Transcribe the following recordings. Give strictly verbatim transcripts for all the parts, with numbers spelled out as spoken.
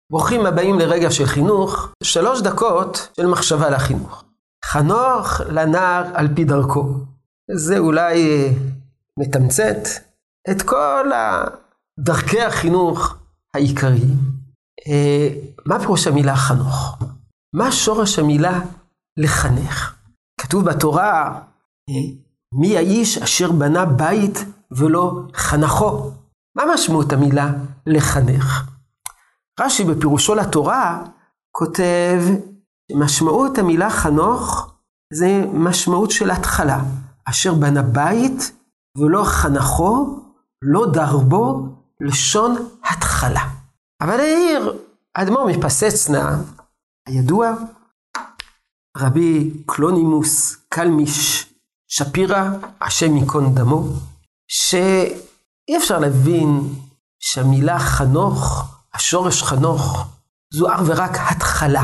ברוכים הבאים לרגע של חינוך, שלוש דקות של מחשבה לחינוך. חנוך לנער על פי דרכו. זה אולי מתמצת את כל דרכי החינוך העיקריים. מה פירוש המילה חנוך? מה שורש המילה לחנך? כתוב בתורה, מי האיש אשר בנה בית ולא חנכו? מה משמעות המילה לחנך? רש"י בפירושו לתורה כותב משמעות המילה חנוך זה משמעות של התחלה, אשר בנה בית ולא חנכו, לא דרבו, לשון התחלה. אבל העיר אדמו"ר מפסצנה הידוע, רבי קלונימוס קלמיש שפירא, השם ייקום דמו, שאי אפשר להבין שהמילה חנוך, השורש חנוך, זו אך ורק התחלה.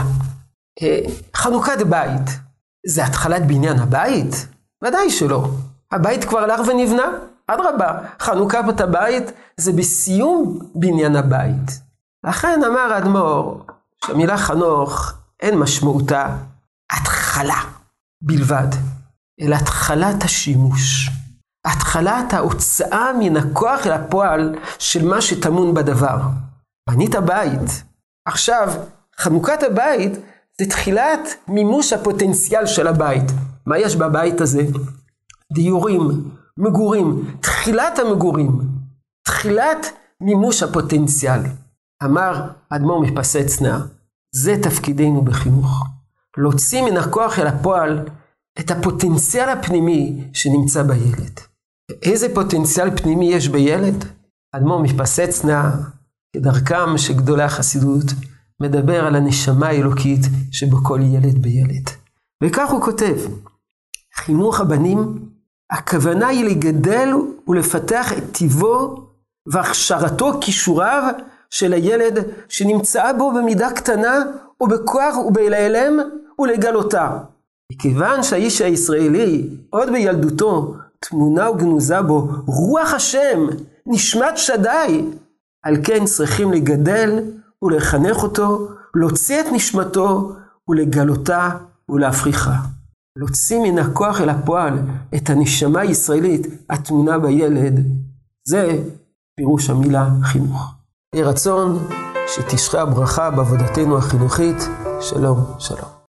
חנוכת בית, זה התחלת בניין הבית? ודאי שלא. הבית כבר הלך ונבנה. אדרבה, חנוכת הבית זה בסיום בניין הבית. לכן אמר אדמו"ר שהמילה חנוך אין משמעותה התחלה בלבד, אלא התחלת השימוש. התחלת ההוצאה מן הכוח אל הפועל של מה שטמון בדבר. בנית בית. עכשיו, חנוכת הבית זה תחילת מימוש הפוטנציאל של הבית. מה יש בבית הזה? דיורים, מגורים, תחילת המגורים, תחילת מימוש הפוטנציאל. אמר אדמו"ר מפסצנה, זה תפקידנו בחינוך. להוציא מן הכוח אל הפועל את הפוטנציאל הפנימי שנמצא בילד. איזה פוטנציאל פנימי יש בילד? אדמו"ר מפסצנה, כדרכם שגדולי החסידות, מדבר על הנשמה האלוקית שבכל ילד בילד. וכך הוא כותב, חינוך הבנים, הכוונה היא לגדל ולפתח את טיבו והכשרתו כישוריו של הילד שנמצא בו במידה קטנה ובכוח ובלהיעלם ולגלותה. מכיוון שהאיש הישראלי עוד בילדותו תמונה וגנוזה בו רוח השם, נשמת שדי, על כן צריכים לגדל ולחנך אותו, להוציא את נשמתו ולגלותה ולהפריחה. להוציא מן הכוח אל הפועל את הנשמה הישראלית התמונה בילד, זה פירוש המילה חינוך. יהי רצון שתשרה הברכה בעבודתנו החינוכית. שלום, שלום.